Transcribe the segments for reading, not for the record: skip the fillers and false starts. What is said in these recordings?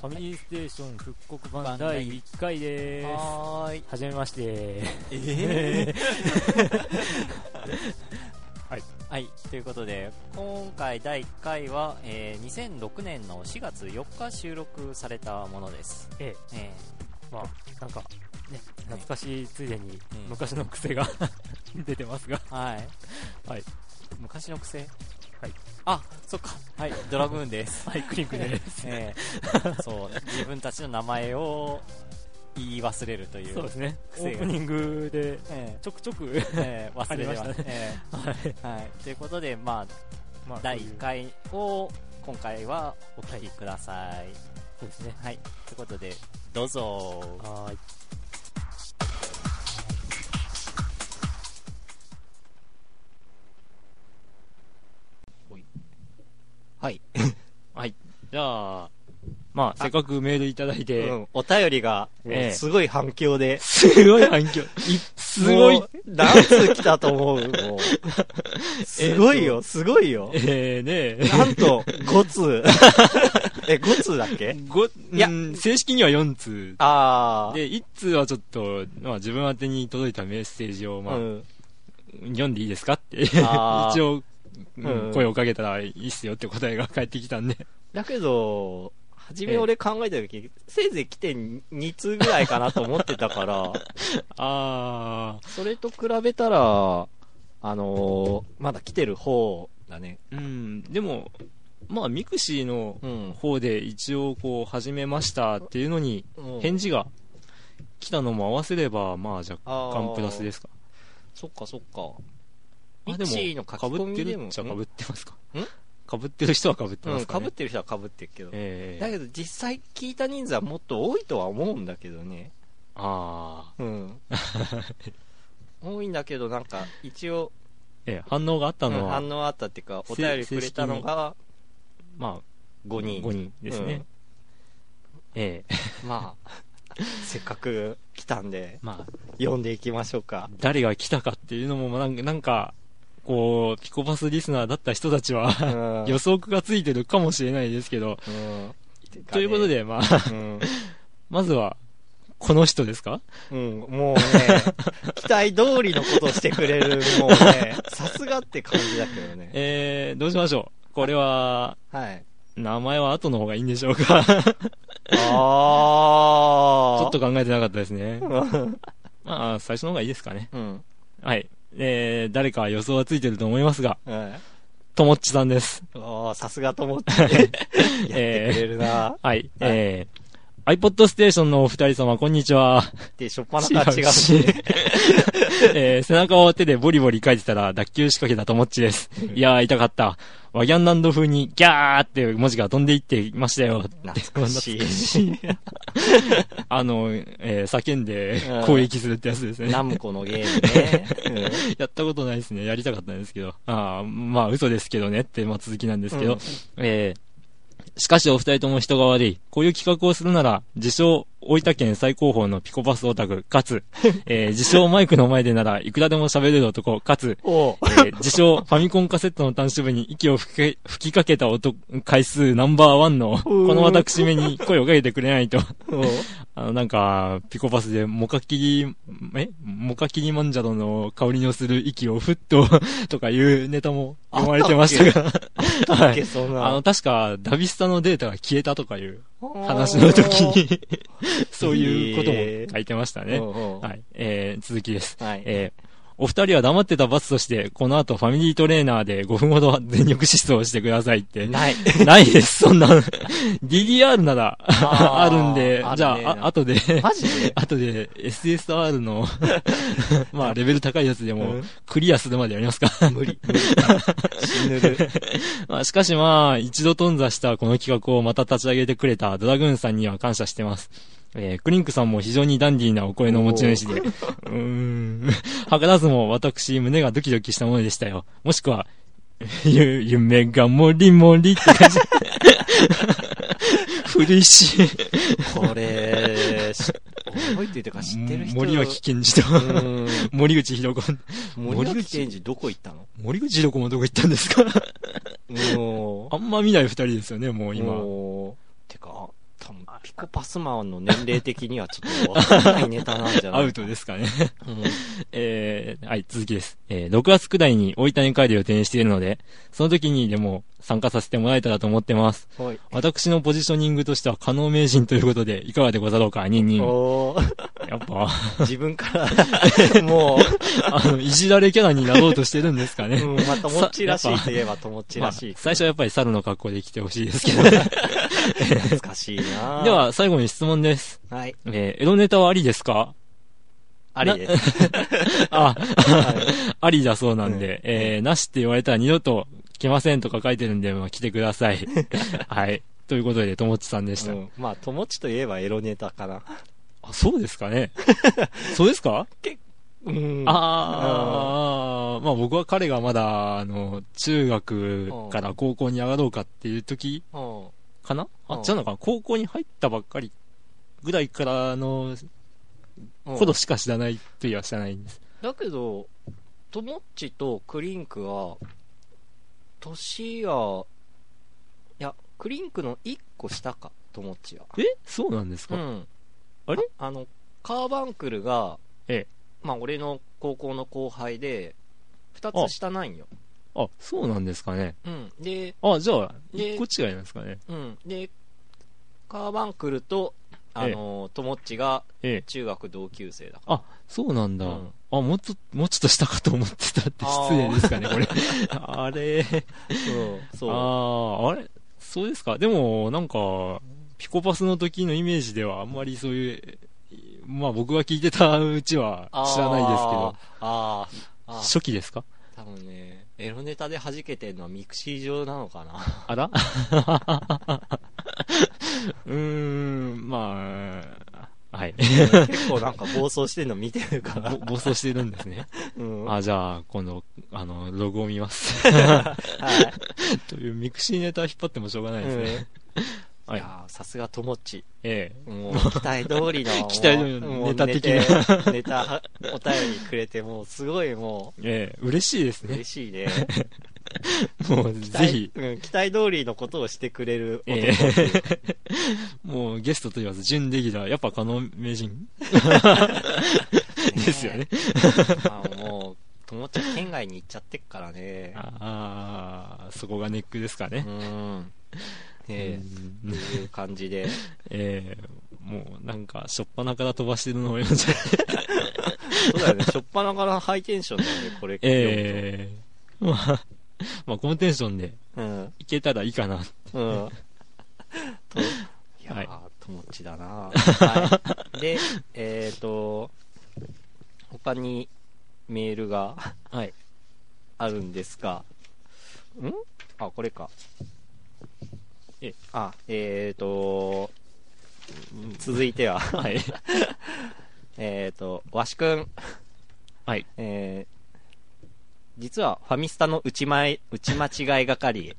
ファミリーステーション復刻版第1回でーす。 はーい。 はじめまして。 はい。はい。ということで、今回第1回は、2006年の4月4日収録されたものです。 まあ、なんか、ね、懐かしいついでに昔の癖が出てますが。 はい。 はい。 昔の癖？ はい。 あ、そっか。はい。ドラグーンです。 はい、クリンクです。 そう、自分たちの名前を言い忘れるという。 そうですね。オープニングでちょくちょく、 忘れてましたね。はい。ということで、まあ、第1回を今回はお聞きください。 そうですね。 はい。ということで、どうぞ。 はい。 はい。 はい。じゃあ、まあ、せっかくメールいただいて、 お便りが、すごい反響で。 すごい反響。すごい。 何通来たと思う？もうすごいよ、すごいよ。 ねなんと、5通。5通だっけ？ いや、正式には4通。 ああ。で、 1通はちょっと、まあ自分宛てに届いたメッセージを、まあ、読んでいいですかって、一応、声をかけたらいいっすよって答えが返ってきたんで。 だけど、初め俺考えた時、せいぜい来て2通ぐらいかなと思ってたから、それと比べたら、まだ来てる方だね。 でも、まあ、ミクシーの方で一応こう、始めましたっていうのに、返事が来たのも合わせれば、まあ若干プラスですか。 そっかそっか。 ミクシーの書き込みでも。被ってるっちゃ被ってますか？被ってる人は被ってますかね。 被ってる人は被ってるけど。だけど実際聞いた人数はもっと多いとは思うんだけどね。多いんだけどなんか一応。 反応があったのは。 反応あったっていうか、お便りくれたのが、 まあ、 5人。 5人ですね。 まあ、せっかく来たんで、まあ、読んでいきましょうか。 誰が来たかっていうのも、なんか、こう、ピコパスリスナーだった人たちは、予測がついてるかもしれないですけど、ということで、まあ、まずは、この人ですか？ もうね、期待通りのことをしてくれる、もうね、さすがって感じだけどね。 どうしましょう。これは、名前は後の方がいいんでしょうか？ちょっと考えてなかったですね。まあ、最初の方がいいですかね。はい。誰か予想はついてると思いますが、ともっちさんです。 さすがともっち。やってくれるな。 はい。iPod ステーションのお二人様、こんにちは。 しょっぱなから違うし。 背中を手でボリボリ書いてたら脱臼しかけたともっちです。いやー、痛かった。ワギャンランド風にギャーって文字が飛んでいっていましたよ。 懐かしい。 叫んで攻撃するってやつですね。 ナムコのゲームね。 やったことないですね。やりたかったんですけど。まあ嘘ですけどねって、まあ続きなんですけど。しかしお二人とも人が悪い。こういう企画をするなら、自称、大分県最高峰のピコパスオタク、かつ、自称マイクの前でならいくらでも喋れる男、かつ、自称ファミコンカセットの端子部に息を吹きかけた回数ナンバーワンの、この私めに声をかけてくれないと。なんか、ピコパスでモカキリマンジャロの香りのする息をふっと、とかいうネタも読まれてましたが。確か、ダビスタのデータが消えたとかいう話の時に、そういうことも書いてましたね。はい。続きです。お二人は黙ってた罰として、この後ファミリートレーナーで5分ほど全力疾走してくださいって。ないです、そんな。DDR ならあるんで、じゃあ、後で SSR の、まあ、レベル高いやつでも、クリアするまでやりますか？ 無理。 死ぬる。まあ、しかしまあ、一度頓挫したこの企画をまた立ち上げてくれたドラグーンさんには感謝してます。クリンクさんも非常にダンディーなお声の持ち主で、図らずも私、胸がドキドキしたものでしたよ。もしくは、夢がもりもりって感じ。古いし。 これ、覚えてるか知ってる人。 森脇健児と、森口博子。 森脇健児どこ行ったの？ 森口博子もどこ行ったんですか？あんま見ない二人ですよね、もう今。 てか、 ピコパスマンの年齢的にはちょっとわかんないネタなんじゃないアウトですかね。はい、続きです。6月くらいに大分に帰る予定にしているので、その時にでも参加させてもらえたらと思ってます。 はい。 私のポジショニングとしては可能名人ということで、いかがでござろうか、ニンニン。やっぱ、 自分からもう、いじられキャラになろうとしてるんですかね。 まあ、ともっちらしいといえばともっちらしい。 最初はやっぱり猿の格好で来てほしいですけどね。 懐かしいな。 では、最後に質問です。 はい。 エロネタはありですか？ ありです。 ありだそうなんで、なしって言われたら二度と来ませんとか書いてるんで、まあ、来てください。はい。ということで、ともちさんでした。 まあ、ともちといえばエロネタかな。 あ、そうですかね。そうですか？まあ僕は彼がまだ、中学から高校に上がろうかっていう時かな？違うのかな？高校に入ったばっかりぐらいからのことしか知らないといえば知らないんです。 だけど、ともっちとクリンクは、年は、いや、クリンクの1個下か、ともっちは。 そうなんですか？あれ？ カーバンクルが、まあ俺の高校の後輩で、2つ下ないんよ。 あ、そうなんですかね。 で、 じゃあ、1個違いなんですかね。 で、カーバンクルと、ともっちが中学同級生だから。 あ、そうなんだ。もうちょっとしたかと思ってたって失礼ですかね、これ。あれ。 そう。 あれそうですか。でも、なんか、ピコパスの時のイメージではあんまりそういう、まあ僕が聞いてたうちは知らないですけど。初期ですか？ 多分ね、エロネタで弾けてるのはミクシー上なのかな。 あらまあ、はい。 結構なんか暴走してるの見てるから。 暴走してるんですね。じゃあ、今度、ログを見ます。 はい。 というミクシーネタ引っ張ってもしょうがないですね。 いやさすがともっち。 もう、期待通りの。 期待通りのネタ的な。 ネタ、お便りくれて、もう、すごいもう。 嬉しいですね。 嬉しいね。 もう、ぜひ。 期待通りのことをしてくれる男。 もう、ゲストと言わず、準レギュラー、やっぱ可能名人ですよね。 もう、ともっちは県外に行っちゃってっからね。 そこがネックですかね。 という感じで。 もうなんか、しょっぱなから飛ばしてるのを読んじゃそうだよね、しょっぱなからハイテンションだよね、これ。 まあ、このテンションで、いけたらいいかな。 いやー、ともっちだな。で、他にメールが、あるんですが、これか。続いては、わしくん。実はファミスタの打ち間違い係。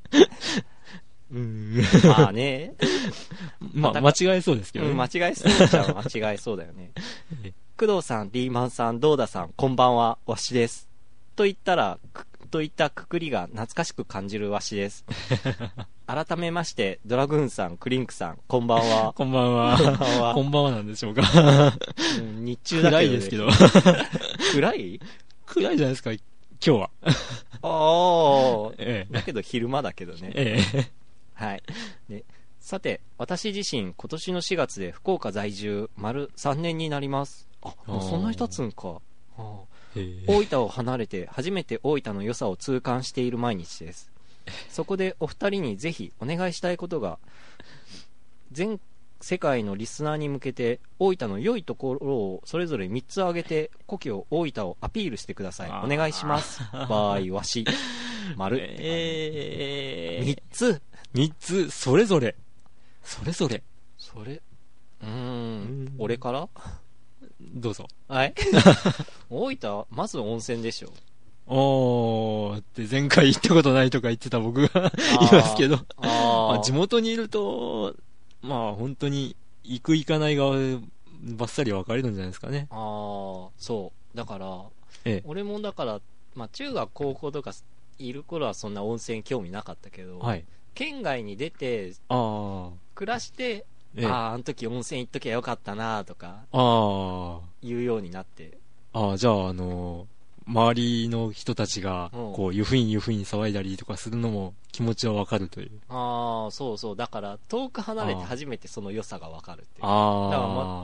まあね。 まあ、間違えそうですけどね。 間違えそうじゃん、間違えそうだよね。工藤さん、リーマンさん、ドーダさん、こんばんは、わしです。と言ったくくりが懐かしく感じるわしです。改めまして、ドラグーンさん、クリンクさん、こんばんは。 こんばんは。こんばんはなんでしょうか。 日中だけど、ね。 暗いですけど。 暗いじゃないですか、今日は。 だけど昼間だけどね。はい。で、さて、私自身、今年の4月で福岡在住、丸3年になります。もうそんなに経つんか。大分を離れて初めて大分の良さを痛感している毎日です。そこでお二人にぜひお願いしたいことが、全世界のリスナーに向けて大分の良いところをそれぞれ3つ挙げて故郷大分をアピールしてください。お願いします。バーイわし丸。3 つそれぞれ俺からどうぞ。 はい大分まず温泉でしょ。って前回行ったことないとか言ってた僕が言いますけど、地元にいるとまあ本当に行く行かないがバッサリ分かれるんじゃないですかね。 そうだから、俺もだから、まあ、中学高校とかいる頃はそんな温泉興味なかったけど、県外に出て暮らしてあの時温泉行っときゃよかったなとか、言うようになって。 じゃあ、周りの人たちが、こう、湯布院騒いだりとかするのも気持ちはわかるという。 そうそう。だから、遠く離れて初めてその良さがわかるっていう。だから、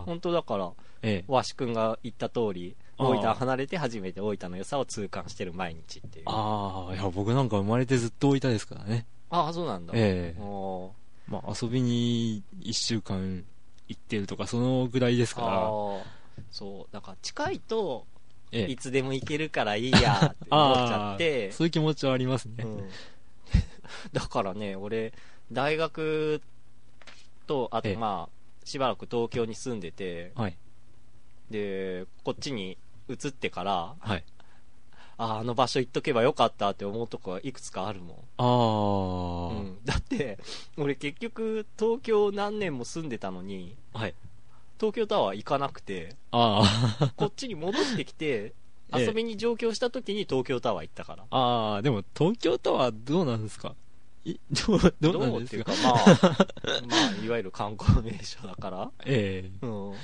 本当だから、わしくんが言った通り、大分離れて初めて大分の良さを痛感してる毎日っていう。 いや、僕なんか生まれてずっと大分ですからね。 そうなんだ。 まあ、遊びに1週間行ってるとか、そのぐらいですから。 そう。だから、近いと、いつでも行けるからいいやって思っちゃってそういう気持ちはありますね、 だからね俺大学とあとまあしばらく東京に住んでて、でこっちに移ってから、あの場所行っとけばよかったって思うとこはいくつかあるもん。だって俺結局東京何年も住んでたのに、東京タワー行かなくて、こっちに戻ってきて、遊びに上京した時に東京タワー行ったから。 でも東京タワーどうなんですか？どうなんですか？ まあ、いわゆる観光名所だから。 いや、で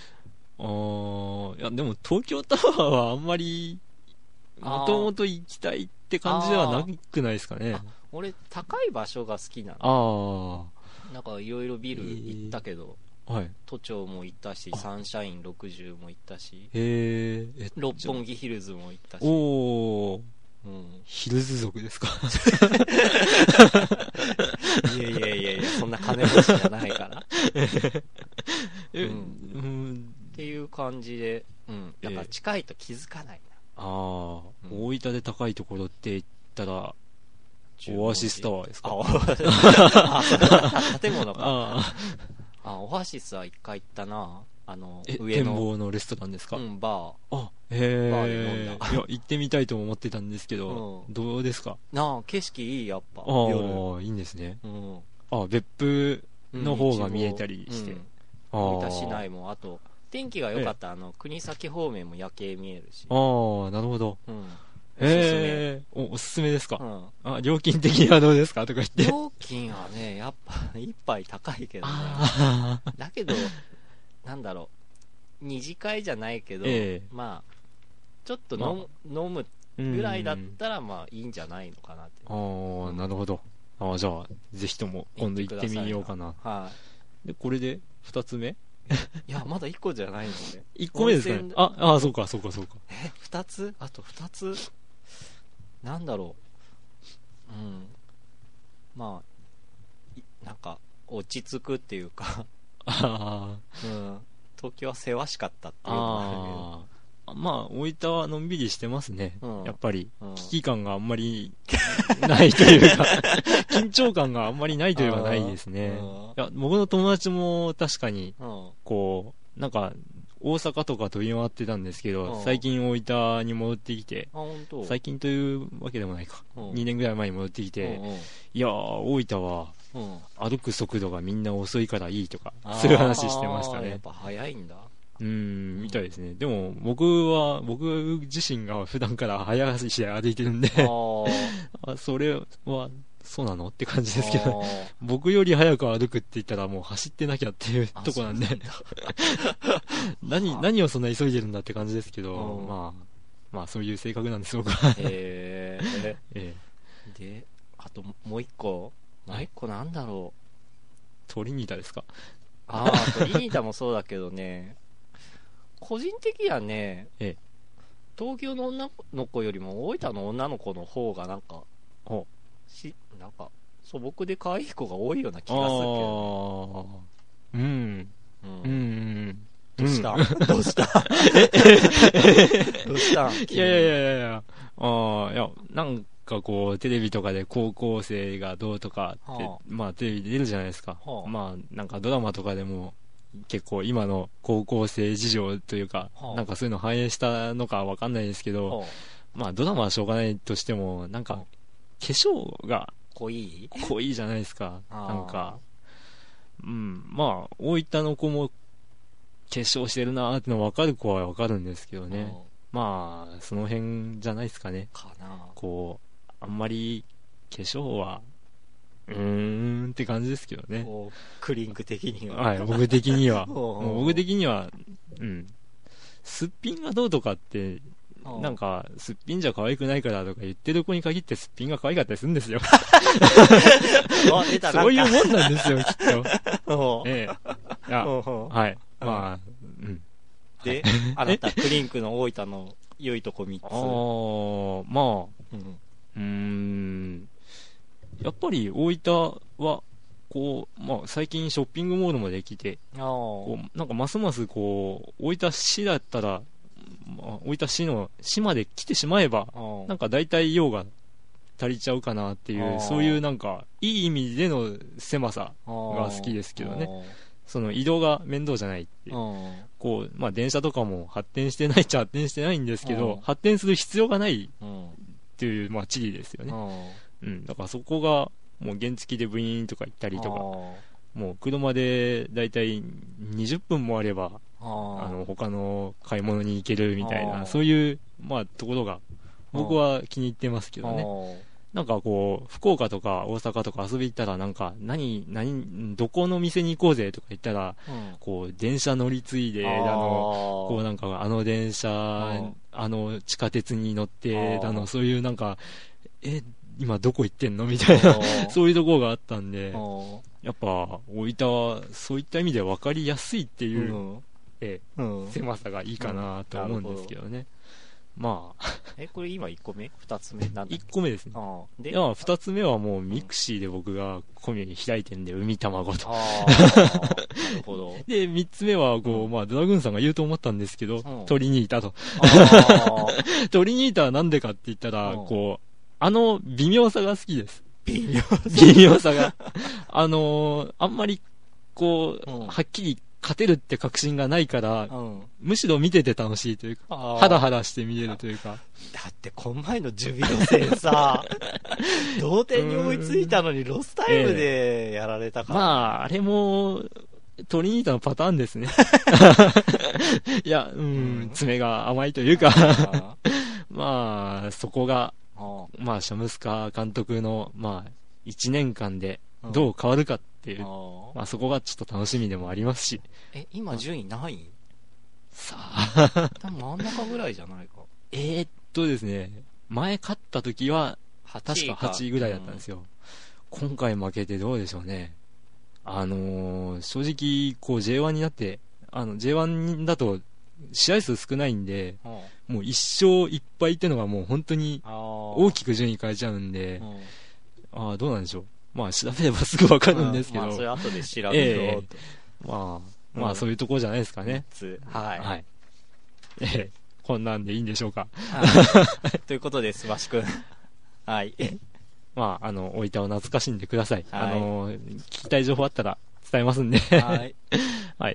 も東京タワーはあんまり、もともと行きたいって感じではなくないですかね。 俺、高い場所が好きなの。なんかいろいろビル行ったけど、都庁も行ったし、サンシャイン60も行ったし、六本木ヒルズも行ったし。 ヒルズ族ですか？ いや、そんな金持ちじゃないから。っていう感じで、だから近いと気づかないな。 大分で高いところって言ったら、オアシスタワーですか？ 建物か。オアシスは一回行ったな。 上の展望のレストランですか？ バー。 バーで飲んだ。いや、行ってみたいと思ってたんですけど、どうですか？ 景色いい、やっぱ。 夜。いいんですね。別府の方が見えたりして。 大分市内も、あと、天気が良かった、国東方面も夜景見えるし。 なるほど。おすすめですか？料金的にはどうですかとか言って。 料金はね、やっぱ一杯高いけどね。だけど、なんだろう、二次会じゃないけど、まあ、ちょっと飲むぐらいだったら、まあいいんじゃないのかなって。 なるほど。じゃあ、ぜひとも今度行ってみようかな。で、これで2つ目？ いや、まだ1個じゃないので。 1個目ですかね。そうか。 2つ？あと2つ？なんだろう。まあ、なんか、落ち着くっていうか。東京はせわしかったっていうのがあるけど。 まあ、大分はのんびりしてますね。やっぱり、危機感があんまりないというか、緊張感があんまりないといえばないですね。いや、僕の友達も確かに、こう、なんか、大阪とか飛び回ってたんですけど、最近大分に戻ってきて、最近というわけでもないか、2年ぐらい前に戻ってきて、いやー、大分は、歩く速度がみんな遅いからいいとか、そういう話してましたね。 やっぱ早いんだ。 みたいですね。でも、僕自身が普段から早足で歩いてるんでそれは、そうなのって感じですけど、僕より早く歩くって言ったらもう走ってなきゃっていうとこなんで何をそんな急いでるんだって感じですけど、まあそういう性格なんです僕は。 で、あともう一個なんだろう。 トリニータですか？ トリニータもそうだけどね、個人的にはね、東京の女の子よりも大分の女の子の方がなんか素朴で可愛い子が多いような気がするけどね。どうしたどうしたいや、なんかこう、テレビとかで高校生がどうとかって、まあテレビで出るじゃないですか。まあなんかドラマとかでも、結構今の高校生事情というか、なんかそういうの反映したのかわかんないですけど、まあドラマはしょうがないとしても、なんか、化粧が濃いじゃないですか。なんか、まあ、大分の子も化粧してるなーっての分かる子は分かるんですけどね。まあ、その辺じゃないですかね。こう、あんまり化粧はって感じですけどね。 クリンク的には。 はい、僕的には。僕的には、すっぴんがどうとかって、なんか、すっぴんじゃ可愛くないからとか言ってる子に限ってすっぴんが可愛かったりするんですよ。そういうもんなんですよ、きっと。いや、はい。まあ、 で、あなた、クリンクの大分の良いとこ3つ。 まあ、やっぱり大分は、こう、まあ、最近ショッピングモールもできて、こうなんかますますこう、大分市だったら、大分市の市まで来てしまえば、なんか大体用が足りちゃうかなっていう、そういうなんか、いい意味での狭さが好きですけどね。その移動が面倒じゃないっていう。こう、まあ電車とかも発展してないっちゃ発展してないんですけど、発展する必要がないっていう、まあ地理ですよね。だからそこが、もう原付でブイーンとか行ったりとか、もう車でだいたい20分もあれば、他の買い物に行けるみたいな、そういう、まあ、ところが、僕は気に入ってますけどね。なんかこう、福岡とか大阪とか遊び行ったら、なんか、どこの店に行こうぜとか言ったら、こう、電車乗り継いで、こうなんか、電車、地下鉄に乗って、そういうなんか、今どこ行ってんのみたいなそういうところがあったんで、やっぱ大分はそういった意味で分かりやすいっていう、狭さがいいかなと思うんですけどね。まあこれ今1個目 ?2 つ目なんだっけ？ 1個目ですね。いや、2つ目はもうミクシーで僕がコミュに開いてんで、海卵と。なるほど。で、3つ目はこう、まあドラグーンさんが言うと思ったんですけど、トリニータと。トリニータはなんでかって言ったら、こう、微妙さが好きです。微妙さが。あんまり、こう、はっきり勝てるって確信がないから、むしろ見てて楽しいというか、ハラハラして見れるというか。 だって、この前のジュビロ戦さ、同点に追いついたのにロスタイムでやられたから。 まあ、あれも、トリニータのパターンですね。いや、爪が甘いというか、まあ、そこが、まあ、シャムスカ監督の、まあ、1年間でどう変わるかっていう、まあ、そこがちょっと楽しみでもありますし。 今順位何位？ さあ。 多分真ん中ぐらいじゃないか。 ですね、前勝った時は、確か8位ぐらいだったんですよ。今回負けてどうでしょうね。正直、こう J1 になって、J1 だと、試合数少ないんで、もう1勝1敗ってのがもう本当に大きく順位変えちゃうんで、どうなんでしょう。まあ調べればすぐ分かるんですけど。 まあそれ後で調べようと。 まあそういうところじゃないですかね。 はい。 こんなんでいいんでしょうか。 ということです、わしくん。はい。 まあ、大分を懐かしんでください。聞きたい情報あったら伝えますんで。はい。はい。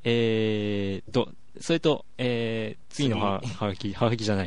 それと、次のはがきじゃない。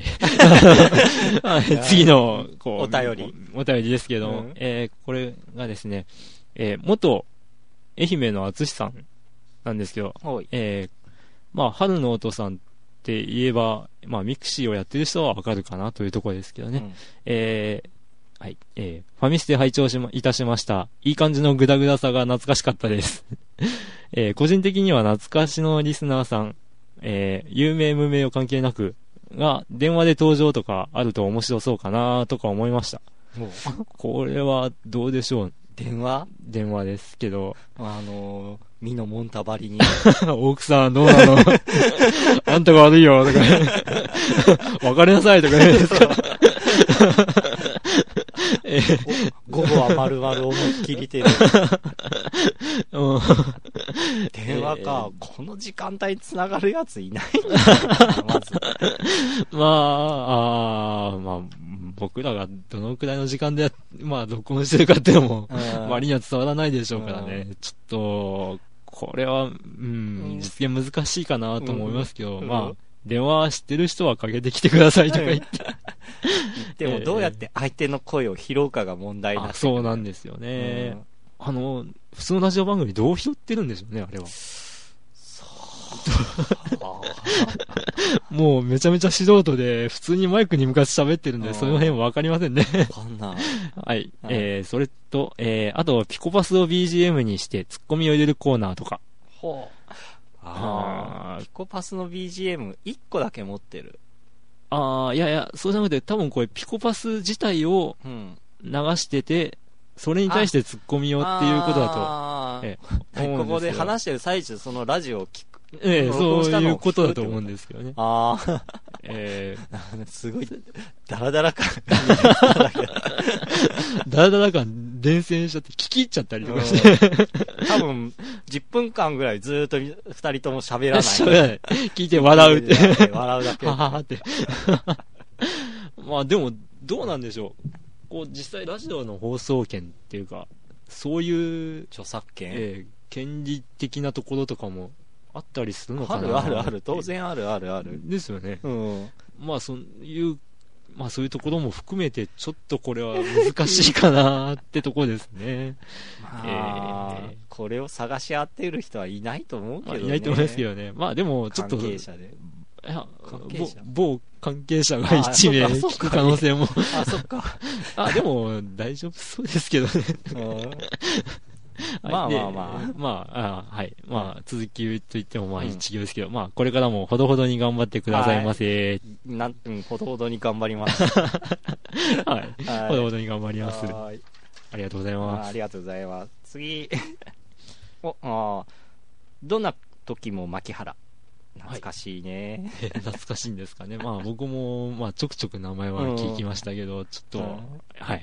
次の、こう、お便りですけど、これがですね、元、愛媛の淳さんなんですけど、まあ、春の音さんって言えば、まあ、ミクシーをやってる人はわかるかなというところですけどね。はい。ファミステ拝聴いたしました。いい感じのグダグダさが懐かしかったです。個人的には懐かしのリスナーさん、有名無名を関係なく、が、電話で登場とかあると面白そうかなとか思いました。これはどうでしょう。電話ですけど。 ミノモンタバリに。 奥さんどうなのあんたが悪いよとか、別れなさいとか言うんですか。 午後は丸々思いっきりてる。電話か、この時間帯つながるやついないんだまず。 まあ、僕らがどのくらいの時間で、まあ、録音してるかっていうのも、周りには伝わらないでしょうからね。ちょっと、これは、実現難しいかなと思いますけど、まあ、電話知ってる人はかけてきてくださいとか言って。 でもどうやって相手の声を拾うかが問題なんですよね。そうなんですよね。普通のラジオ番組どう拾ってるんでしょうね、あれは。 もうめちゃめちゃ素人で、普通にマイクに向かって喋ってるんで、その辺わかりませんね。 わかんない。 はい。それと、あと、ピコパスを BGM にしてツッコミを入れるコーナーとか。 ほう。ピコパスの BGM1 個だけ持ってる。 いや、そうじゃなくて、多分これピコパス自体を流してて、それに対してツッコミをっていうことだと、 ここで話してる最中、そのラジオを聞く。 そういうことだと思うんですけどね。 すごい、ダラダラ感。 ダラダラ感伝染しちゃって、聞き入っちゃったりとかして。 多分、10分間ぐらいずーっと二人とも喋らない。 聞いて笑うって。 笑うだけ。 はははって。まあでも、どうなんでしょう。こう、実際ラジオの放送権っていうか、そういう、 著作権、 権利的なところとかも、あったりするのかな。ある、当然ある。 ですよね。まあそういうところも含めて、ちょっとこれは難しいかなってところですね。 これを探し当てる人はいないと思うけどね。 いないと思いますけどね。まあでも、ちょっと、 関係者で。 某関係者が1名聞く可能性も。 そっか。 でも、大丈夫そうですけどね。 まあ、 はい。まあ、続きといっても、一行ですけど、まあ、これからもほどほどに頑張ってくださいませ。 ほどほどに頑張ります。 はい。ほどほどに頑張ります。ありがとうございます。 ありがとうございます。次。どんな時も牧原。懐かしいね。 懐かしいんですかね。まあ、僕も、ちょくちょく名前は聞きましたけど、ちょっと、はい。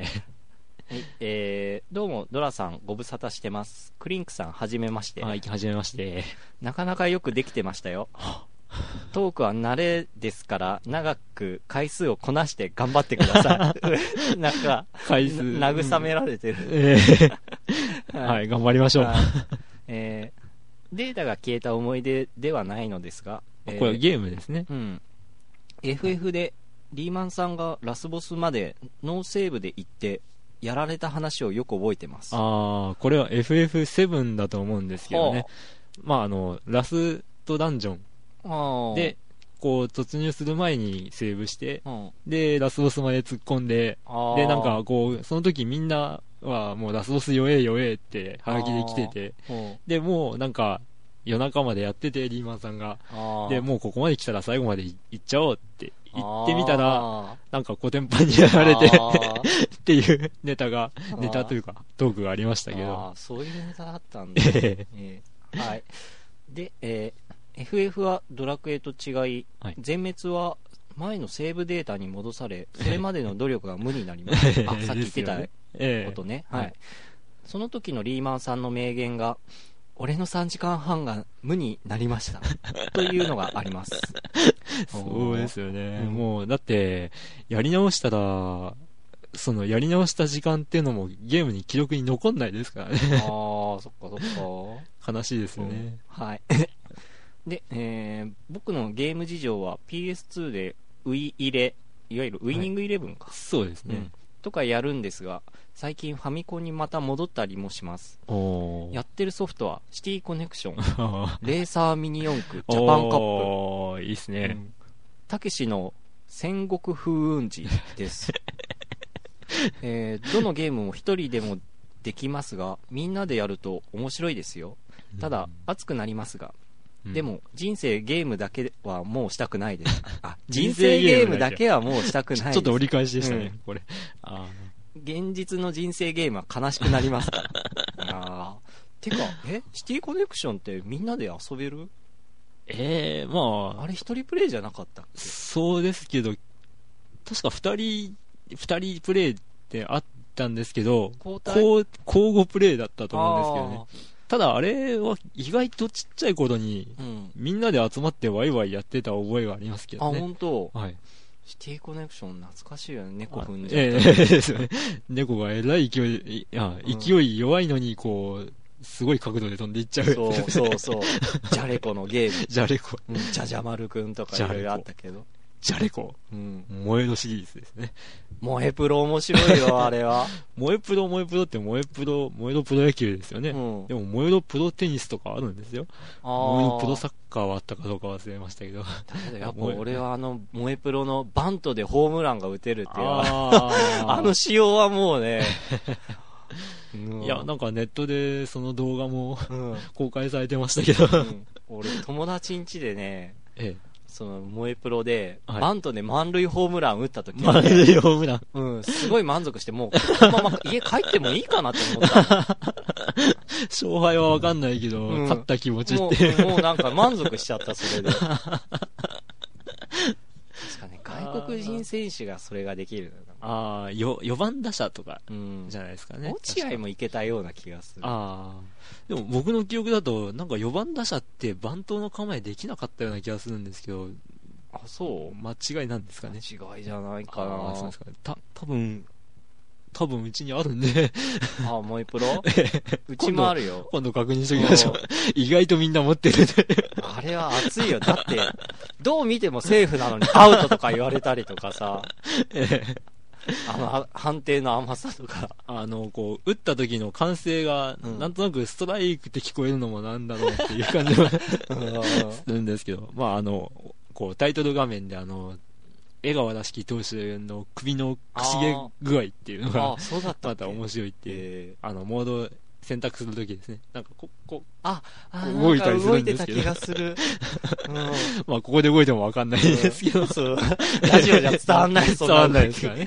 どうもドラさんご無沙汰してます。クリンクさんはじめまして。 はじめまして。 なかなかよくできてましたよ。トークは慣れですから長く回数をこなして頑張ってください。なんか慰められてる。 はい、頑張りましょう。 データが消えた思い出ではないのですが、 これはゲームですね。 FF でリーマンさんがラスボスまでノーセーブで行ってやられた話をよく覚えてます。 これは FF7 だと思うんですけどね。ラストダンジョンで、こう突入する前にセーブして、で、ラスボスまで突っ込んで、で、なんかこう、その時みんなはもうラスボス弱えってハガキで来てて、で、もうなんか夜中までやってて、リーマンさんが。で、もうここまで来たら最後まで行っちゃおうって言ってみたら、なんかコテンパンにやられてっていうネタというかトークがありましたけど。 そういうネタだったんだ。はい。で、FF はドラクエと違い、全滅は前のセーブデータに戻され、それまでの努力が無になります。さっき言ってたことね。はい。その時のリーマンさんの名言が、俺の3時間半が無になりましたというのがあります。 そうですよね。もうだってやり直したらそのやり直した時間っていうのもゲームに記録に残んないですからね。 そっか。 悲しいですよね。 はい。で、僕のゲーム事情は PS2 でウィ入れ、いわゆるウィニングイレブンか。 そうですね。 とかやるんですが、最近ファミコンにまた戻ったりもします。やってるソフトはシティコネクション、レーサーミニ四駆、ジャパンカップ。 いいっすね。 たけしの戦国風雲児です。どのゲームも一人でもできますが、みんなでやると面白いですよ。ただ、熱くなりますが。でも、人生ゲームだけはもうしたくないです。人生ゲームだけはもうしたくないです。 ちょっと折り返しでしたね、これ。 現実の人生ゲームは悲しくなります。てか、シティコネクションってみんなで遊べる？あれ一人プレイじゃなかったっけ？ そうですけど、確か二人プレイってあったんですけど、交互プレイだったと思うんですけどね。ただあれは意外とちっちゃい頃に、みんなで集まってワイワイやってた覚えがありますけどね。 本当。 はい。 シティコネクション懐かしいよね。猫踏んじゃった。 猫がえらい勢い弱いのにこうすごい角度で飛んでいっちゃう。 そう。ジャレコのゲーム。 ジャレコ。 ジャジャマルくんとかいろいろあったけど。 じゃれこ、燃えろシリーズですね。 萌えプロ面白いよ、あれは。 萌えプロって萌えろプロ野球ですよね。でも萌えろプロテニスとかあるんですよ。萌えろプロサッカーはあったかどうか忘れましたけど。だけどやっぱ俺は萌えプロのバントでホームランが打てるっていうあの仕様はもうね、 いや、なんかネットでその動画も、公開されてましたけど、 俺友達ん家でね、その萌えプロで、 はい、 バントで満塁ホームラン打った時に、 満塁ホームランすごい満足して、もうこのまま家帰ってもいいかなって思った勝敗は分かんないけど、勝った気持ちってもうなんか満足しちゃった。それで確かね、外国人選手がそれができる。 4番打者とかじゃないですかね。 落合もいけたような気がする。 でも僕の記憶だとなんか4番打者ってバントの構えできなかったような気がするんですけど、 そう間違いなんですかね。 間違いじゃないかな。 そうですかね。多分うちにあるんで萌えプロうちもあるよ。 今度確認しておきましょう。意外とみんな持ってるんであれは熱いよ。だってどう見てもセーフなのにアウトとか言われたりとかさ判定の甘さとかこう打った時の歓声が、なんとなくストライクって聞こえるのもなんだろうっていう感じはするんですけど、まあこうタイトル画面で江川らしき投手の首のくしげ具合っていうのがまた面白いっていう、モード選択するときですね。なんか動いたりするんですけど。 動いてた気がする。 まあここで動いてもわかんないですけど、 ラジオじゃ伝わんない。 伝わんないですからね。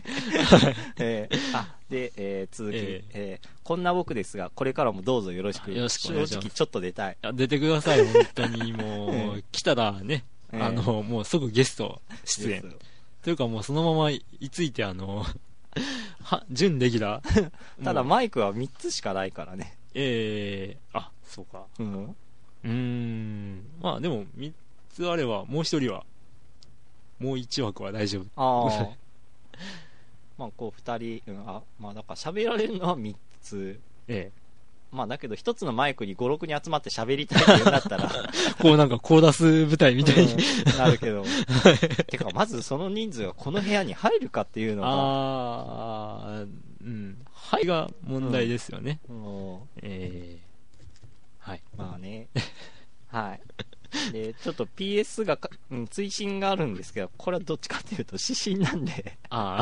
で、続き、こんな僕ですが、これからもどうぞよろしく。 よろしくお願いします。 正直ちょっと出たい。 出てください、本当にもう来たらね、もう即ゲスト出演。というかもうそのまま居ついて準レギュラーただマイクは3つしかないからね。 そうか。まあでも3つあれば、もう1人は、もう1枠は大丈夫。 まあこう2人、まあだから喋られるのは3つ。まあだけど一つのマイクに5、6人集まって喋りたいっていうんだったらこうなんかコーラス舞台みたいに、 なるけどてかまずその人数がこの部屋に入るかっていうのがはいが問題ですよね。 はい。まあねはい。でちょっと PS が追伸があるんですけど、これはどっちかっていうと指針なんで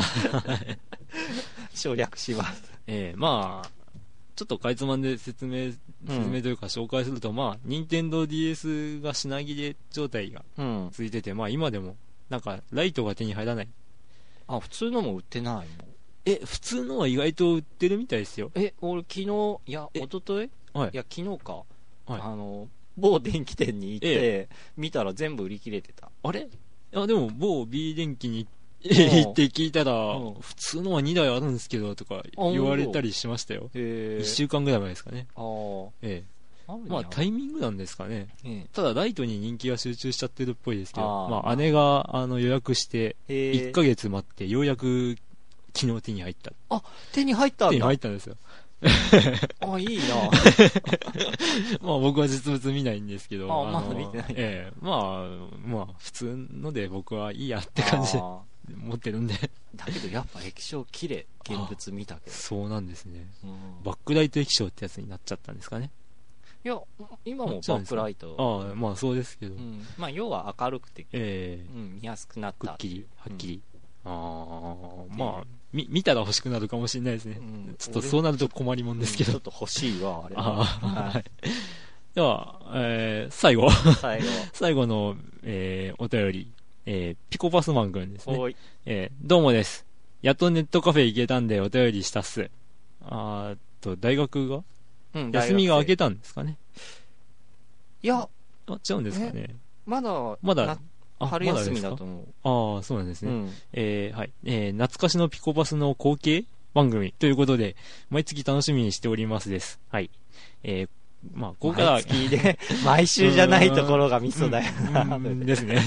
省略します。 まあちょっとかいつまんで説明というか紹介すると、まあ任天堂 DS が品切れ状態が続いてて、まあ今でもなんかライトが手に入らない。 普通のも売ってないもん。 普通のは意外と売ってるみたいですよ。 俺昨日、いや一昨日、いや昨日か、某電気店に行って見たら全部売り切れてた。 あれ？でも某 B 電気に行って聞いたら、普通のは2台あるんですけどとか言われたりしましたよ。1週間ぐらい前ですかね。まあタイミングなんですかね。ただライトに人気が集中しちゃってるっぽいですけど、まあ姉が予約して1ヶ月待ってようやく昨日手に入った。 手に入ったんだ。 手に入ったんですよ。 いいなまあ僕は実物見ないんですけど、 まだ見てない。 まあ普通ので僕はいいやって感じで持ってるんで。 だけどやっぱ液晶綺麗。現物見たけど。 そうなんですね。バックライト液晶ってやつになっちゃったんですかね。 いや今もバックライト。 まあそうですけど、 まあ要は明るくて、見やすくなった。 くっきりはっきり。まあ見たら欲しくなるかもしれないですね。ちょっとそうなると困りもんですけど。 ちょっと欲しいわあれは。では、最後の、お便り、ピコパスマンくんですね。どうもです。やっとネットカフェ行けたんでお便りしたっす。大学が休みが明けたんですかね。いや違うんですかね。 まだ春休みだと思う。そうなんですね。はい。懐かしのピコパスの後継番組ということで、毎月楽しみにしておりますです。はい。まあ、ここから。 毎月で、毎週じゃないところがミソだよな。 ですね。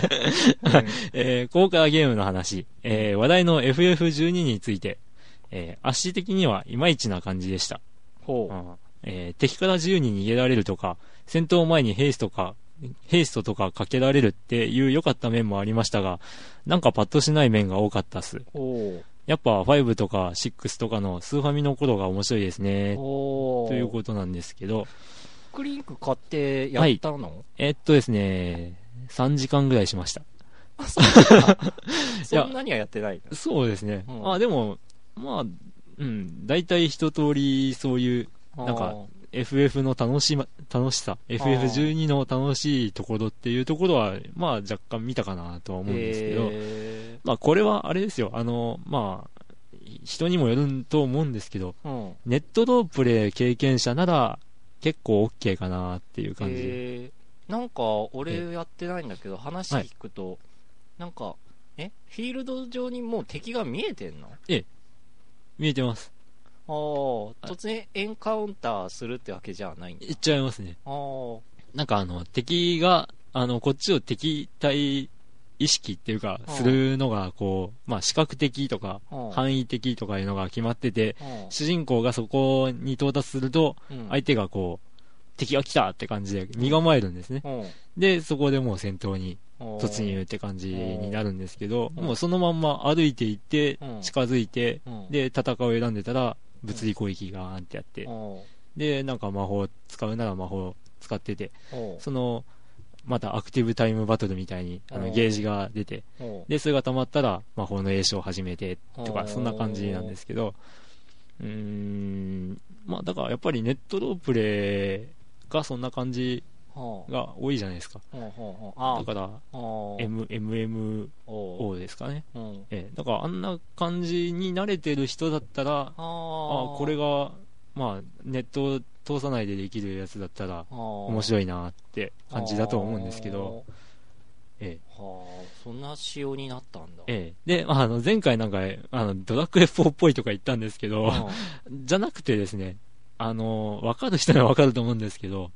ここからゲームの話。話題の FF12 について、足的にはいまいちな感じでした。敵から自由に逃げられるとか、戦闘前に兵士とかヘイストとかかけられるっていう良かった面もありましたが、なんかパッとしない面が多かったっす。やっぱ5とか6とかのスーファミの頃が面白いですね。ということなんですけど。 クリンク買ってやったの？ ですね、3時間ぐらいしました。 そんなにはやってないそうですね。でも、まあ、大体一通りそういう、なんか、FF の楽しさ、FF12 の楽しいところっていうところは、まあ若干見たかなとは思うんですけど、まあこれはあれですよ、まあ、人にもよると思うんですけど、ネットロープレイ経験者なら結構 OK かなっていう感じ。 なんか、俺やってないんだけど、話聞くと、なんか、フィールド上にもう敵が見えてんの？ 見えてます。 突然エンカウンターするってわけじゃないんだ。 言っちゃいますね。なんか敵が、こっちを敵対意識っていうか、するのが、こう、まあ、視覚的とか、範囲的とかいうのが決まってて、主人公がそこに到達すると、相手がこう、敵が来たって感じで身構えるんですね。で、そこでもう戦闘に突入って感じになるんですけど、もうそのまんま歩いていって、近づいて、で、戦うを選んでたら、物理攻撃がーンってやって、で、なんか魔法使うなら魔法使ってて、またアクティブタイムバトルみたいにゲージが出て、で、それが溜まったら魔法の詠唱を始めてとか、そんな感じなんですけど、まあだからやっぱりネットロープレイがそんな感じが多いじゃないですか。だから、MMO ですかね。だからあんな感じに慣れてる人だったら、これが、まあ、ネットを通さないでできるやつだったら、面白いなって感じだと思うんですけど、 そんな仕様になったんだ。 で、前回なんか、ドラクエ4っぽいとか言ったんですけど、じゃなくてですね、わかる人にはわかると思うんですけど、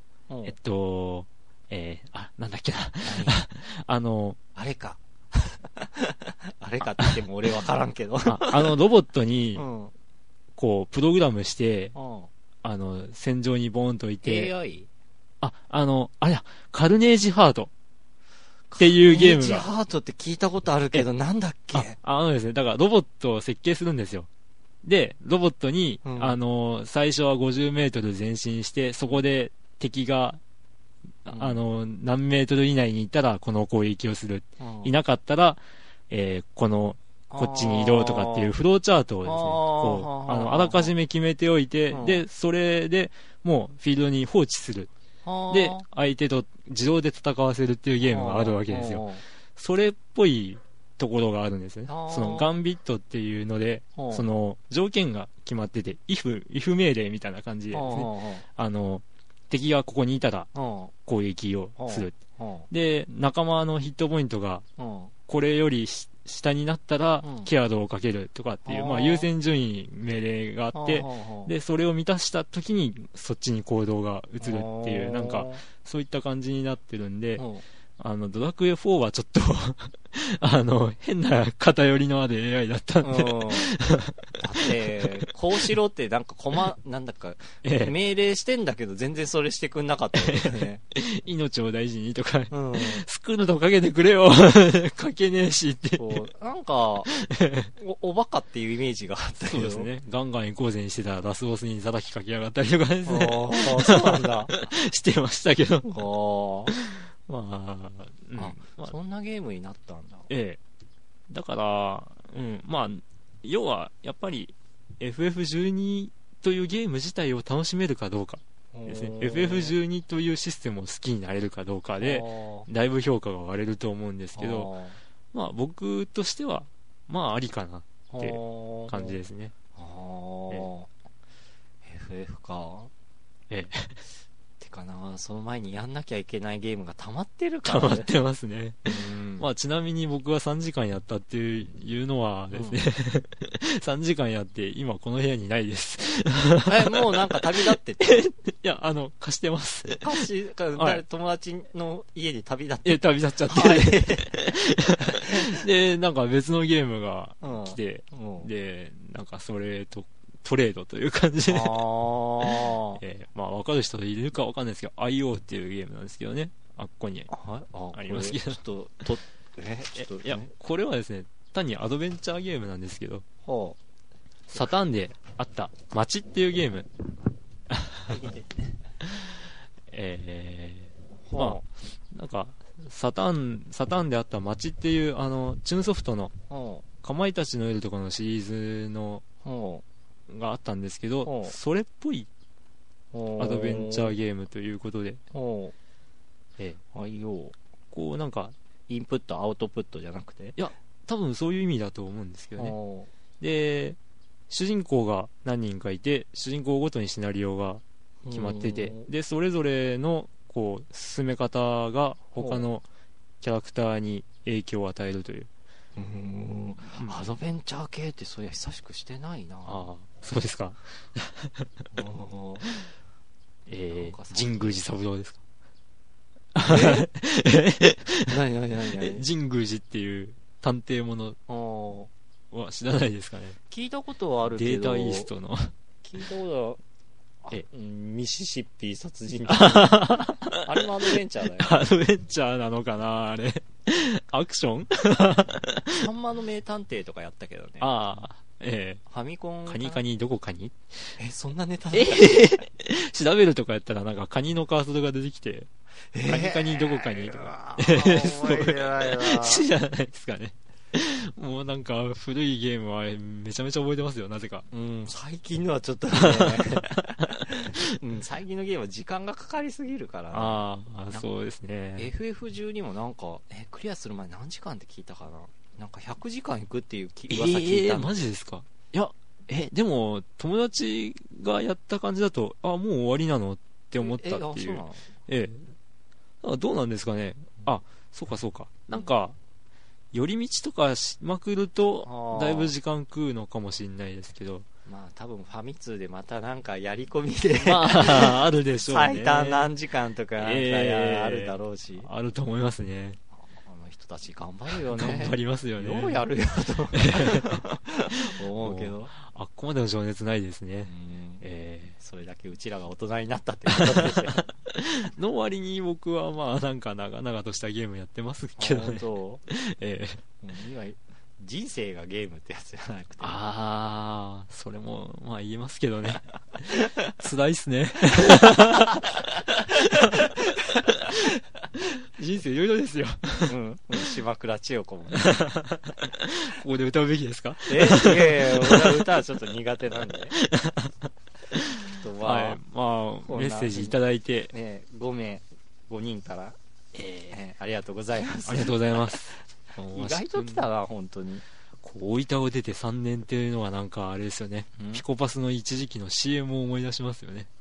なんだっけな。 あれか。あれかって言っても俺わからんけど。 ロボットに、こう、プログラムして、戦場にボーンといて、 AI？ あれだ、カルネージハートっていうゲームが。カルネージハートって聞いたことあるけど、なんだっけ？ ですね、だからロボットを設計するんですよ。で、ロボットに、最初は50メートル前進して、そこで敵が、何メートル以内にいたらこの攻撃をする。いなかったら、こっちに移動とかっていうフローチャートをですね、こう、あらかじめ決めておいて、で、それでもうフィールドに放置する。で、相手と自動で戦わせるっていうゲームがあるわけですよ。それっぽいところがあるんですね。そのガンビットっていうので、その条件が決まってて、if 命令みたいな感じでですね、敵がここにいたら攻撃をする。で、仲間のヒットポイントがこれより下になったらケアドをかけるとかっていう、まあ優先順位命令があって、で、それを満たした時にそっちに行動が移るっていう、なんかそういった感じになってるんで、ドラクエ4はちょっと変な偏りのある AI だったんで。だって、こうしろってなんかなんだか、命令してんだけど全然それしてくんなかったよね。 命を大事にとか、スクールとかけてくれよかけねえしって。 なんか、おバカっていうイメージがあったけど。 そうですね。ガンガン行こうぜにしてたらラスボスに叩きかけやがったりとかですね。 そうなんだ。 してましたけど。まあ、 そんなゲームになったんだ。 だから、まあ、要は、やっぱり、FF12 というゲーム自体を楽しめるかどうかですね。FF12 というシステムを好きになれるかどうかで、だいぶ評価が割れると思うんですけど、まあ、僕としては、まあ、ありかなって感じですね。 FF か。かな、その前にやんなきゃいけないゲームが溜まってるからね。溜まってますね。まあちなみに僕は3時間やったっていうのはですね、3時間やって今この部屋にないです。 もうなんか旅立ってて。 いや、貸してます。 友達の家に旅立って。 旅立っちゃって。で、なんか別のゲームが来て、で、なんかそれと、トレードという感じでまあ分かる人いるか分かんないですけど IO っていうゲームなんですけどね、 あっこにありますけど、 ちょっといやこれはですね単にアドベンチャーゲームなんですけど、 はサターンであった街っていうゲームまあなんかサターンであった街っていうチューンソフトのかまいたちのいるところのシリーズのがあったんですけど、それっぽいアドベンチャーゲームということで、こうなんかインプットアウトプットじゃなくて、 いや多分そういう意味だと思うんですけどね。で主人公が何人かいて、主人公ごとにシナリオが決まってて、でそれぞれのこう進め方が他のキャラクターに影響を与えるという。 アドベンチャー系ってそういや久しくしてないな。 そうですか。神宮寺三郎ですか。 何神宮寺っていう探偵ものは知らないですかね。 聞いたことはあるけど、 データイーストの聞いたことはミシシッピ殺人鬼あれもアドベンチャーだよ。 アドベンチャーなのかなあれ。アクションさんまの名探偵とかやったけどね。ファミコンカニカニどこカニそんなネタだ調べるとかやったらなんかカニのカーソルが出てきて、カニカニどこカニとか覚えてないわ知らないですかね。もうなんか古いゲームはめちゃめちゃ覚えてますよ、なぜか。 最近のはちょっとね最近のゲームは時間がかかりすぎるからね。 そうですね。 FF12 もなんかクリアする前何時間って聞いたかな。なんか100時間いくっていう噂聞いたの。 マジですか。いやでも友達がやった感じだともう終わりなのって思ったっていう。そうなの。どうなんですかね。そうかなんか寄り道とかしまくるとだいぶ時間食うのかもしれないですけど、 まあ多分ファミ通でまたなんかやり込みであるでしょうね。 最短何時間とかなんかあるだろうし、 あると思いますね。 あの人たち頑張るよね。 頑張りますよね。 ようやるよと思うけど、 あっこまでの情熱ないですね。 それだけうちらが大人になったってことですよの割に僕はまあなんか長々としたゲームやってますけどね。 今人生がゲームってやつじゃなくて、 それもまあ言えますけどね。辛いっすね。人生いろいろですよ。 島倉千代子も、ね、 ここで歌うべきですか。 いや俺は歌はちょっと苦手なんでメッセージいただいて、 5人から、ありがとうございます。 ありがとうございます。 意外と来たな本当に。 大分を出て3年っていうのはなんかあれですよね。ピコパスの一時期の CM を思い出しますよね。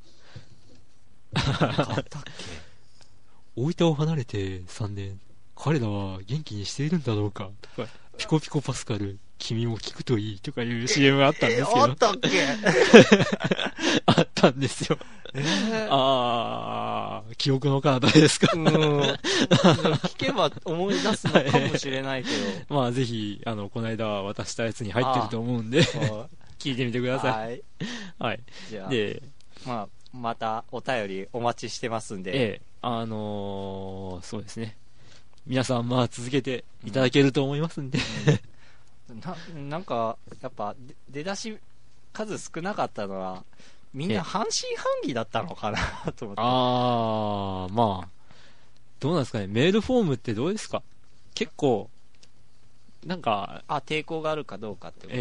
あったっけ。 大分を離れて3年、彼らは元気にしているんだろうかとか、ピコピコパスカル君も聞くといいとかいう CM があったんですけど、 あったっけあったんですよ。記憶の彼方ですか。 聞けば思い出すのかもしれないけどまあぜひこの間渡したやつに入ってると思うんで聞いてみてください。はい。 じゃあで、またお便りお待ちしてますんで、 そうですね、皆さん続けていただけると思いますんで、 なんかやっぱ出だし数少なかったのはみんな半信半疑だったのかなと思って。 まあどうなんですかね。メールフォームってどうですか。結構なんか抵抗があるかどうかってこと、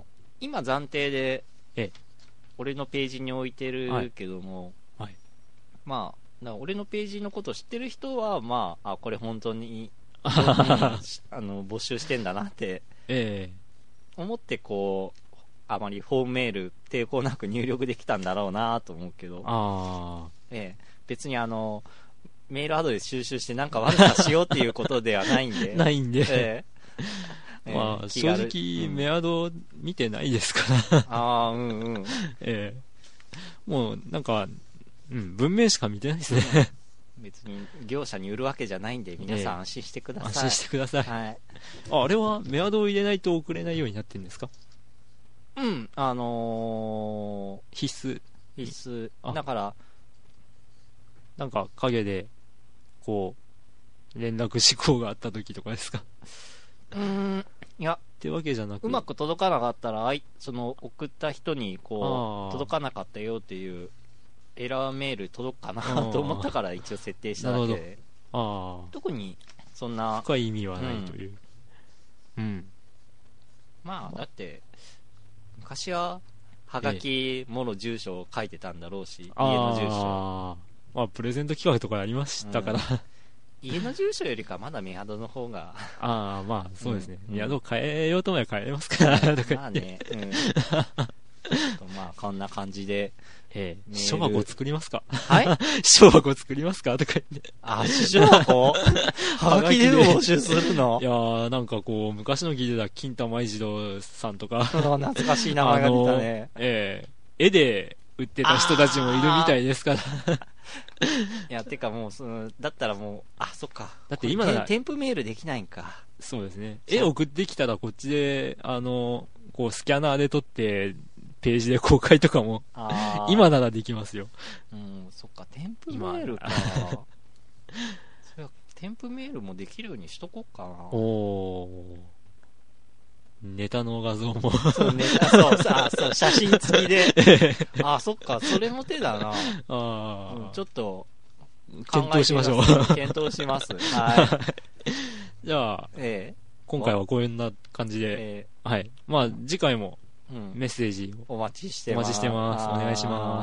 今暫定で俺のページに置いてるけども、まあ俺のページのことを知ってる人はこれ本当に募集してんだなって思ってこうあまりフォームメール抵抗なく入力できたんだろうなと思うけど、別にメールアドレス収集してなんか悪さしようっていうことではないんでないんで、正直メアド見てないですからもうなんか文明しか見てないですね。 別に業者に売るわけじゃないんで皆さん安心してください。 安心してください。あれはメアドを入れないと送れないようになってるんですか。必須だからなんか影でこう連絡事項があった時とかですか？ いやってわけじゃなく、 うまく届かなかったらその送った人にこう届かなかったよっていうエラーメール届くかなと思ったから一応設定しただけで、特にそんな深い意味はないという、 まあだって昔ははがきもの住所を書いてたんだろうし、家の住所、 まあプレゼント企画とかありましたから、 家の住所よりかまだメアドの方がまあそうですね、メアド変えようと思えば変えれますからとかまあね、まあこんな感じで書箱作りますか？ はい書箱作りますかとか言って。 書箱はがきで募集するの？ いやー、なんかこう、昔の聞いてた金田舞次郎さんとか。 懐かしい名前が出たね。 絵で売ってた人たちもいるみたいですから。 いや、てかもう、だったらもう、そっか。 だって今なら添付メールできないんか。 そうですね。絵送ってきたらこっちで、こう、スキャナーで撮って、ページで公開とかも今ならできますよ。 そっか、添付メールか。それは添付メールもできるようにしとこうかな。 ネタの画像もそう写真付きでそっか、それも手だな。ちょっと検討しましょう。 検討します。はい。 じゃあ、今回はこんな感じで、はい。まあ次回もメッセージお待ちしてます。 お願いします。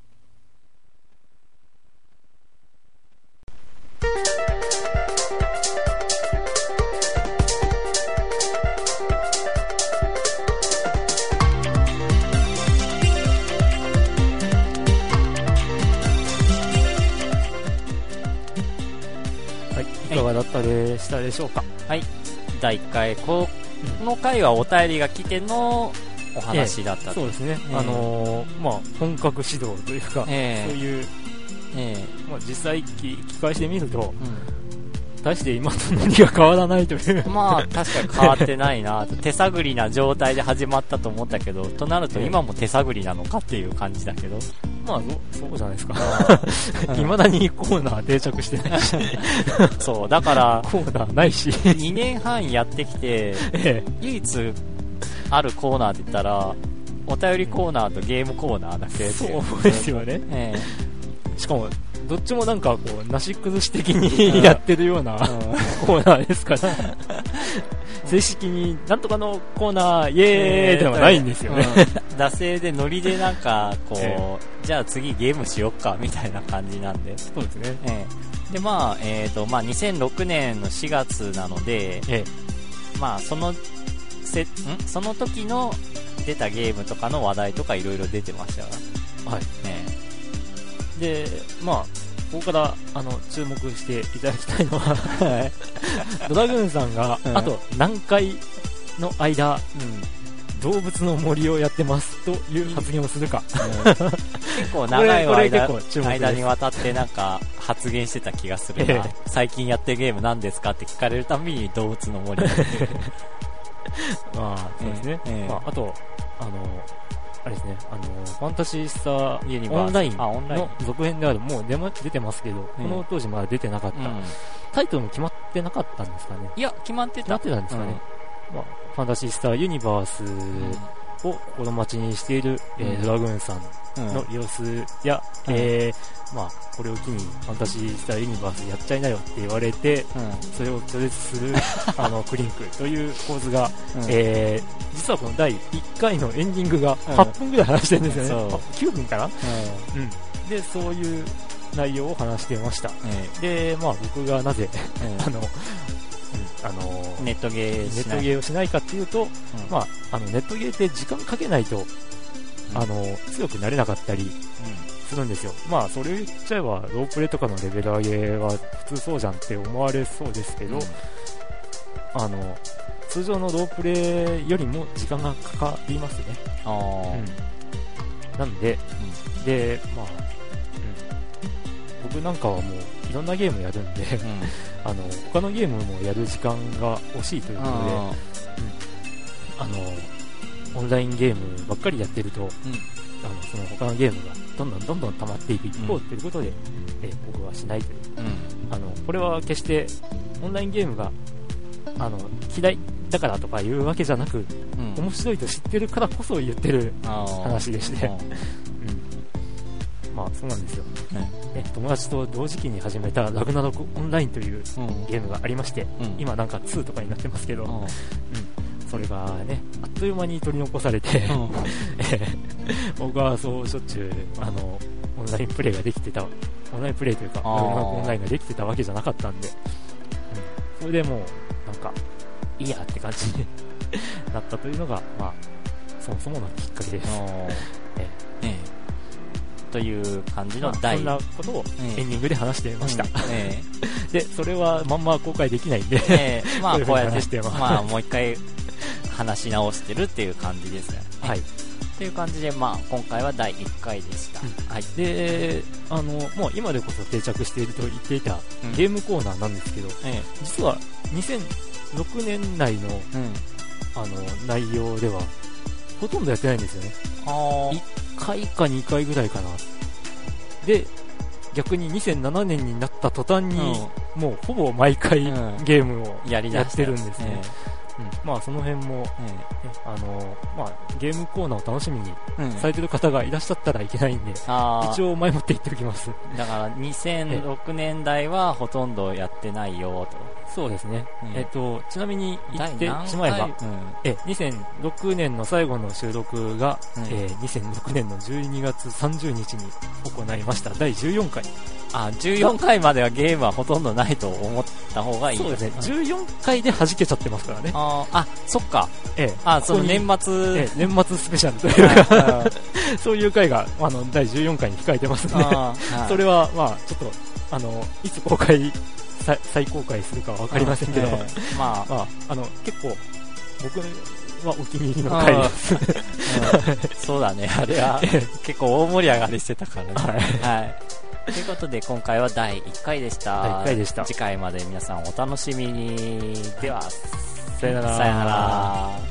はい、いかがだったでしたでしょうか？ はい、第1回この回はお便りが来てのお話だったそうですね、まあ本格指導というか、そういう、まあ、実際聞き返してみると、大して今と何が変わらないというまあ確かに変わってないな手探りな状態で始まったと思ったけど、となると今も手探りなのかっていう感じだけど、 まあそうじゃないですか未だにコーナー定着してないしそうだからコーナーないし 2年半やってきて、唯一あるコーナーって言ったらお便りコーナーとゲームコーナーだけ。 そうですよね、しかもどっちもなんかこうなし崩し的にやってるようなコーナーですから正式になんとかのコーナーイエーイではないんですよね、 惰性でノリでなんかこう、じゃあ次ゲームしよっかみたいな感じなんで。 そうですね、 でまあ2006年の4月なので、まあその時の出たゲームとかの話題とかいろいろ出てましたよ。 はい。で、まあ、ここから注目していただきたいのはドラグーンさんが、あと何回の間、動物の森をやってますという発言をするか、 結構長い間にわたってなんか発言してた気がするな、最近やってるゲーム何ですかって聞かれるたびに動物の森まあそうですね、あとあれですね、ファンタシースターユニバースオンラインの続編である、もう出てますけど、この当時まだ出てなかった、タイトルも決まってなかったんですかね。 いや、決まってたんですかね。まあ、ファンタシースターユニバースを心待ちにしている、ドラグーンさんの様子や、まあ、これを機にファンタシースターユニバースやっちゃいなよって言われて、それを拒絶するクリンクという構図が、実はこの第1回のエンディングが8分ぐらい話してるんですよね。9分かな、で、そういう内容を話してました。で、まあ僕がなぜ、 ネットゲーをしないかっていうと、まあ、ネットゲーって時間かけないと、強くなれなかったりするんですよ。まあ、それを言っちゃえば、ロープレとかのレベル上げは普通そうじゃんって思われそうですけど、通常のロープレよりも時間がかかりますね。なんで、で、まあ、僕なんかはもういろんなゲームやるんで、他のゲームもやる時間が惜しいということで、オンラインゲームばっかりやってると、 その他のゲームがどんどん溜まっていく一方ということで、僕はしないという、これは決してオンラインゲームが嫌いだからとかいうわけじゃなく、面白いと知ってるからこそ言ってる話でして、まあそうなんですよ、友達と同時期に始めたラグナロクオンラインというゲームがありまして、今なんか2とかになってますけど、それがねあっという間に取り残されて、僕はそうしょっちゅうオンラインプレイができてた、オンラインプレイというかラグナロクオンラインができてたわけじゃなかったんで、それでもうなんかいいやって感じになったというのが、まあそもそものきっかけです。 という感じの第、 そんなことをエンディングで話してみました。で、それはまんま公開できないんで、 まあこうやってまあもう一回話し直してるっていう感じですね。はい。という感じで、まあ今回は第1回でした。はい。 で、もう今でこそ定着していると言っていたゲームコーナーなんですけど、実は2006年代の、内容ではほとんどやってないんですよね。1回か2回ぐらいかな。で、逆に2007年になった途端に、もうほぼ毎回ゲームをやってるんですね。まあその辺も、まあゲームコーナーを楽しみにされてる方がいらっしゃったらいけないんで、一応前もって言っておきます。 だから2006年代はほとんどやってないよと。 そうですね。ちなみに言ってしまえば、2006年の最後の収録が、2006年の12月30日に行いました第14回。 14回まではゲームはほとんどないと思った方がいい。 そうですね。14回で弾けちゃってますからね。 そっか。その年末、 年末スペシャルというかそういう回が第14回に控えてますので、それはまあちょっといつ公開再公開するかは分かりませんけど、まあ結構僕はお気に入りの回です。 そうだね。あれは結構大盛り上がりしてたからね。はい。ということで今回は第1回でした。 第1回でした。 次回まで皆さんお楽しみに。では、 さよなら。 さよなら。